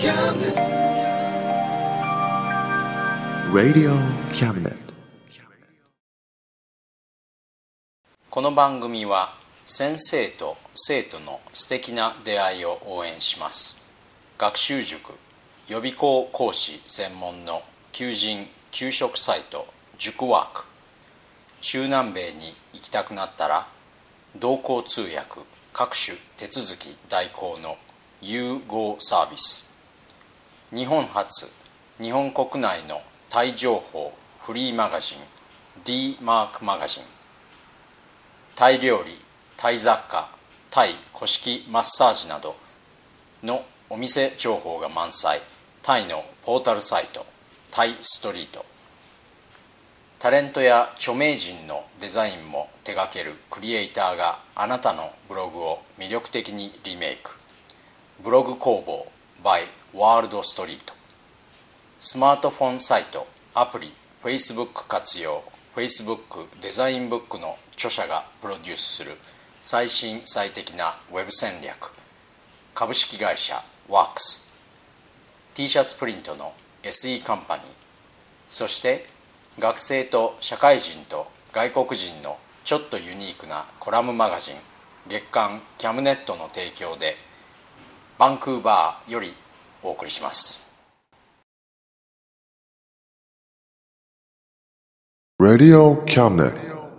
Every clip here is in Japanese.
Radio Cabinet。 この番組は先生と生徒の素敵な出会いを応援します。学習塾予備校講師専門の求人・求職サイト塾ワーク。中南米に行きたくなったら同行通訳各種手続き代行の融合サービス。日本初、日本国内のタイ情報フリーマガジン D マークマガジン。タイ料理、タイ雑貨、タイ古式マッサージなどのお店情報が満載。タイのポータルサイトタイストリート。タレントや著名人のデザインも手掛けるクリエイターがあなたのブログを魅力的にリメイク。ブログ工房 by ワールドストリート。スマートフォンサイト、アプリ、Facebook 活用 Facebook デザインブックの著者がプロデュースする最新最適なウェブ戦略。株式会社ワークス。 T シャツプリントの SE カンパニー。そして学生と社会人と外国人のちょっとユニークなコラムマガジン月刊キャムネットの提供でバンクーバーよりお送りします。 Radio Cabinet。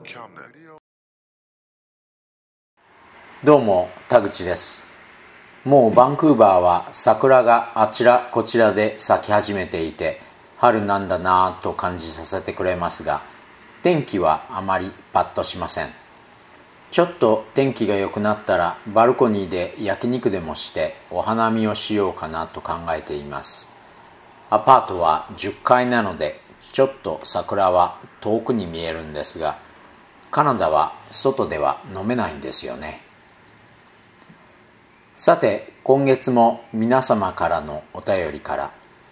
どうも田口です。もうバンクーバーは桜があちらこちらで咲き始めていて春なんだなぁと感じさせてくれますが、天気はあまりパッとしません。ちょっと天気が良くなったらバルコニーで焼肉でもしてお花見をしようかなと考えています。アパートは10階なのでちょっと桜は遠くに見えるんですが、カナダは外では飲めないんですよね。さて今月も皆様からのお便りから、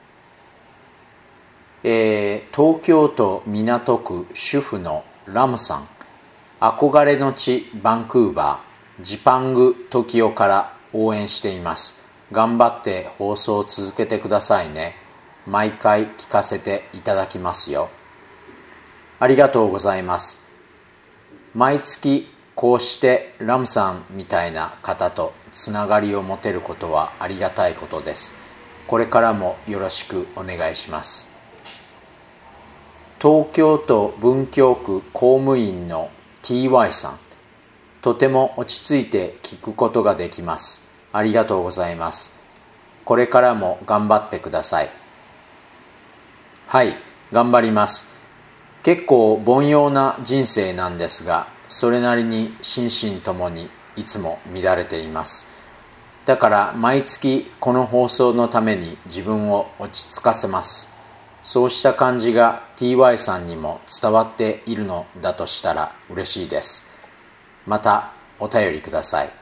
東京都港区主婦のラムさん、憧れの地バンクーバージパングトキオから応援しています。頑張って放送を続けてくださいね。毎回聞かせていただきますよ。ありがとうございます。毎月こうしてラムさんみたいな方とつながりを持てることはありがたいことです。これからもよろしくお願いします。東京都文京区公務員の TY さん、とても落ち着いて聞くことができます。ありがとうございます。これからも頑張ってください。はい、頑張ります。結構凡庸な人生なんですが、それなりに心身ともにいつも乱れています。だから毎月この放送のために自分を落ち着かせます。そうした感じが TY さんにも伝わっているのだとしたら嬉しいです。またお便りください。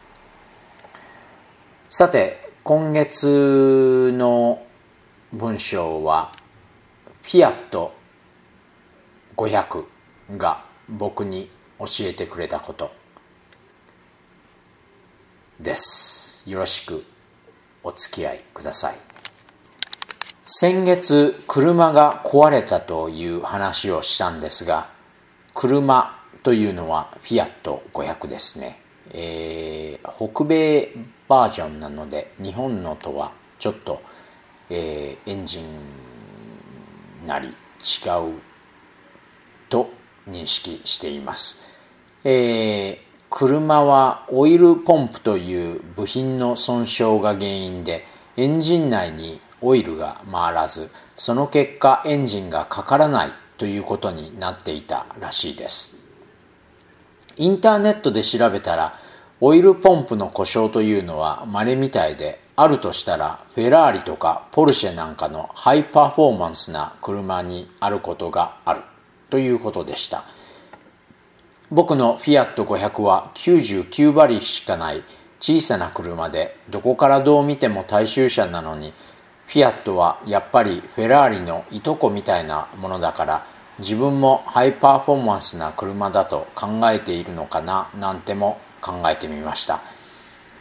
さて今月の文章はフィアット500が僕に教えてくれたことです。よろしくお付き合いください。先月車が壊れたという話をしたんですが、車というのはフィアット500ですね。北米バージョンなので日本のとはちょっと、エンジンなり違うと認識しています。車はオイルポンプという部品の損傷が原因でエンジン内にオイルが回らず、その結果エンジンがかからないということになっていたらしいです。インターネットで調べたらオイルポンプの故障というのは稀みたいで、あるとしたらフェラーリとかポルシェなんかのハイパフォーマンスな車にあることがあるということでした。僕のフィアット500は99馬力しかない小さな車で、どこからどう見ても大衆車なのに、フィアットはやっぱりフェラーリのいとこみたいなものだから、自分もハイパフォーマンスな車だと考えているのかななんても考えてみました。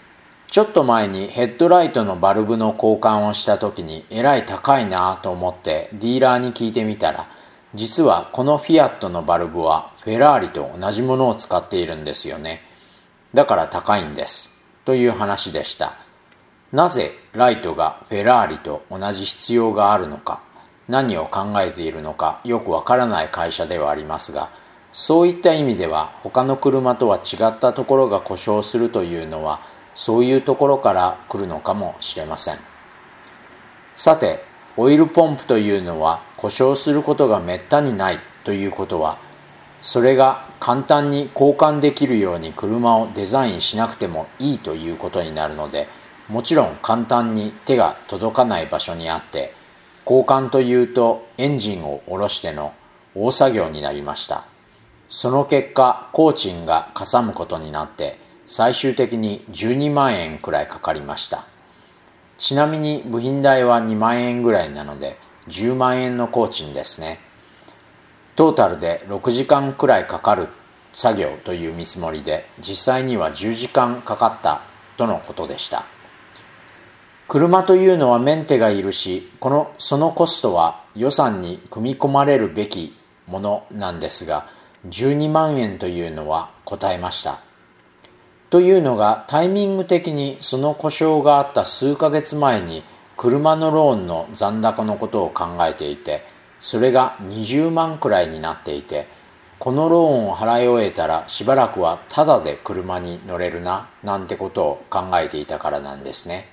ちょっと前にヘッドライトのバルブの交換をした時にえらい高いなと思ってディーラーに聞いてみたら、実はこのフィアットのバルブはフェラーリと同じものを使っているんですよね。だから高いんですという話でした。なぜライトがフェラーリと同じ必要があるのか、何を考えているのかよくわからない会社ではありますが、そういった意味では他の車とは違ったところが故障するというのはそういうところから来るのかもしれません。さて、オイルポンプというのは故障することがめったにないということは、それが簡単に交換できるように車をデザインしなくてもいいということになるので、もちろん簡単に手が届かない場所にあって、交換というとエンジンを下ろしての大作業になりました。その結果、工賃がかさむことになって、最終的に12万円くらいかかりました。ちなみに部品代は2万円ぐらいなので10万円の工賃ですね。トータルで6時間くらいかかる作業という見積もりで、実際には10時間かかったとのことでした。車というのはメンテがいるし、そのコストは予算に組み込まれるべきものなんですが、12万円というのは答えました。というのが、タイミング的にその故障があった数ヶ月前に車のローンの残高のことを考えていて、それが20万くらいになっていて、このローンを払い終えたらしばらくはタダで車に乗れるななんてことを考えていたからなんですね。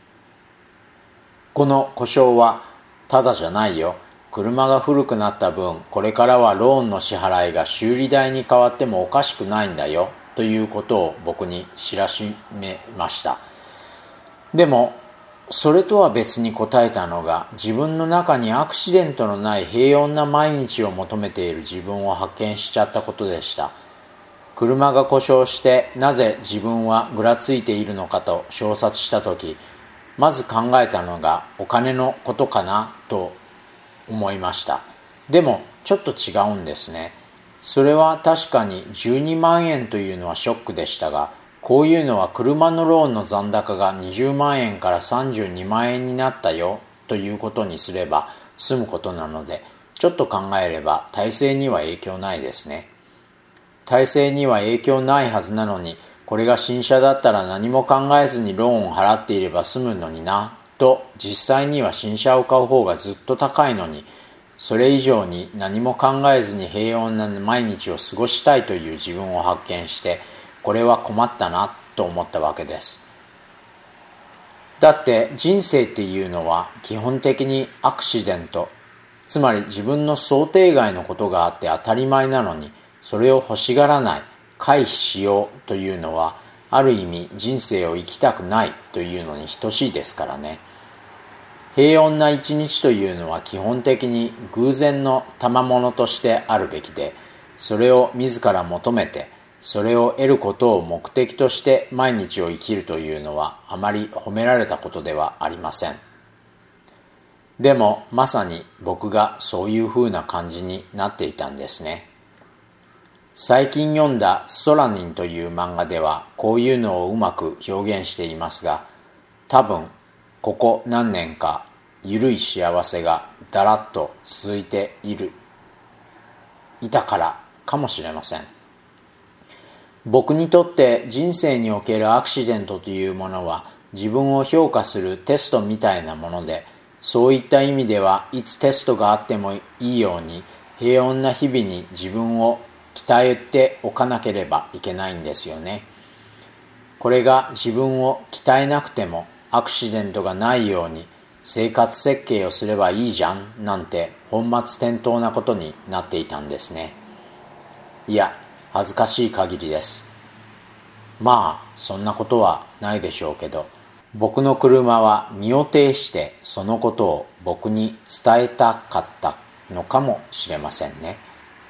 この故障はタダじゃないよ。車が古くなった分、これからはローンの支払いが修理代に変わってもおかしくないんだよということを僕に知らしめました。でもそれとは別に答えたのが、自分の中にアクシデントのない平穏な毎日を求めている自分を発見しちゃったことでした。車が故障してなぜ自分はぐらついているのかと照察したとき、まず考えたのがお金のことかなと思いました。でもちょっと違うんですね。それは確かに12万円というのはショックでしたが、こういうのは車のローンの残高が20万円から32万円になったよということにすれば済むことなので、ちょっと考えれば体制には影響ないですね。体制には影響ないはずなのに、これが新車だったら何も考えずにローンを払っていれば済むのになと、実際には新車を買う方がずっと高いのに、それ以上に何も考えずに平穏な毎日を過ごしたいという自分を発見して、これは困ったなと思ったわけです。だって人生っていうのは基本的にアクシデント、つまり自分の想定外のことがあって当たり前なのに、それを欲しがらない、回避しようというのは、ある意味人生を生きたくないというのに等しいですからね。平穏な一日というのは基本的に偶然の賜物としてあるべきで、それを自ら求めて、それを得ることを目的として毎日を生きるというのはあまり褒められたことではありません。でもまさに僕がそういう風な感じになっていたんですね。最近読んだソラニンという漫画ではこういうのをうまく表現していますが、多分ここ何年か緩い幸せがだらっと続いていたからかもしれません。僕にとって人生におけるアクシデントというものは自分を評価するテストみたいなもので、そういった意味ではいつテストがあってもいいように平穏な日々に自分を鍛えておかなければいけないんですよね。これが自分を鍛えなくてもアクシデントがないように生活設計をすればいいじゃんなんて本末転倒なことになっていたんですね。いや、恥ずかしい限りです。まあそんなことはないでしょうけど、僕の車は身を挺してそのことを僕に伝えたかったのかもしれませんね。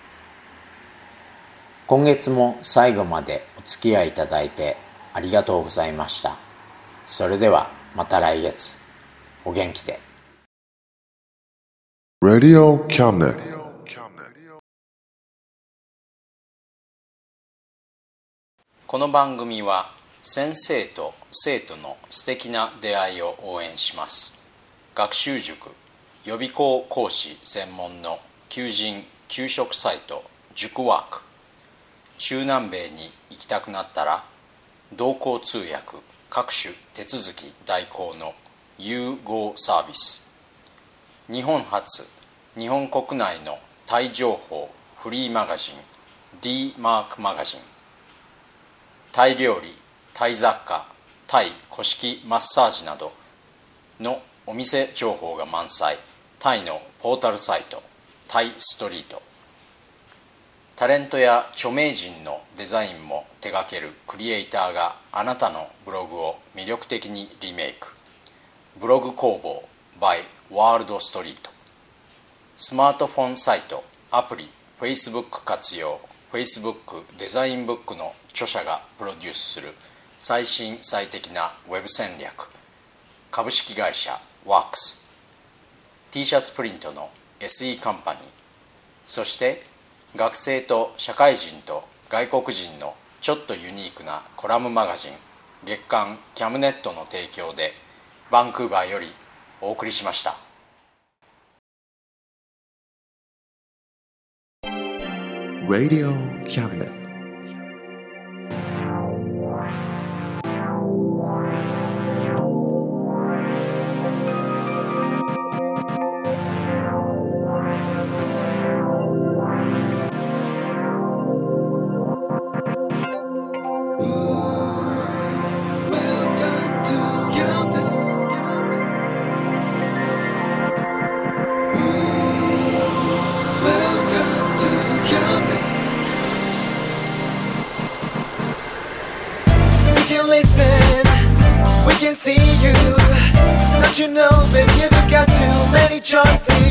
今月も最後までお付き合いいただいてありがとうございました。それではまた来月、お元気で。 Radio Cabinet。 この番組は先生と生徒の素敵な出会いを応援します。学習塾予備校講師専門の求人・求職サイト塾ワーク。中南米に行きたくなったら同行通訳各種手続き代行の融合サービス。日本初日本国内のタイ情報フリーマガジン D マークマガジン。タイ料理、タイ雑貨、タイ古式マッサージなどのお店情報が満載。タイのポータルサイトタイストリート。タレントや著名人のデザインも手掛けるクリエイターがあなたのブログを魅力的にリメイク。ブログ工房 by ワールドストリート。スマートフォンサイトアプリ Facebook 活用 Facebook デザインブックの著者がプロデュースする最新最適なウェブ戦略。株式会社ワークス。 T シャツプリントの SE カンパニー。そして学生と社会人と外国人のちょっとユニークなコラムマガジン月刊キャムネットの提供でバンクーバーよりお送りしました。 Radio Cabinet. Listen, we can see you. Don't you know, baby, you've got too many choices.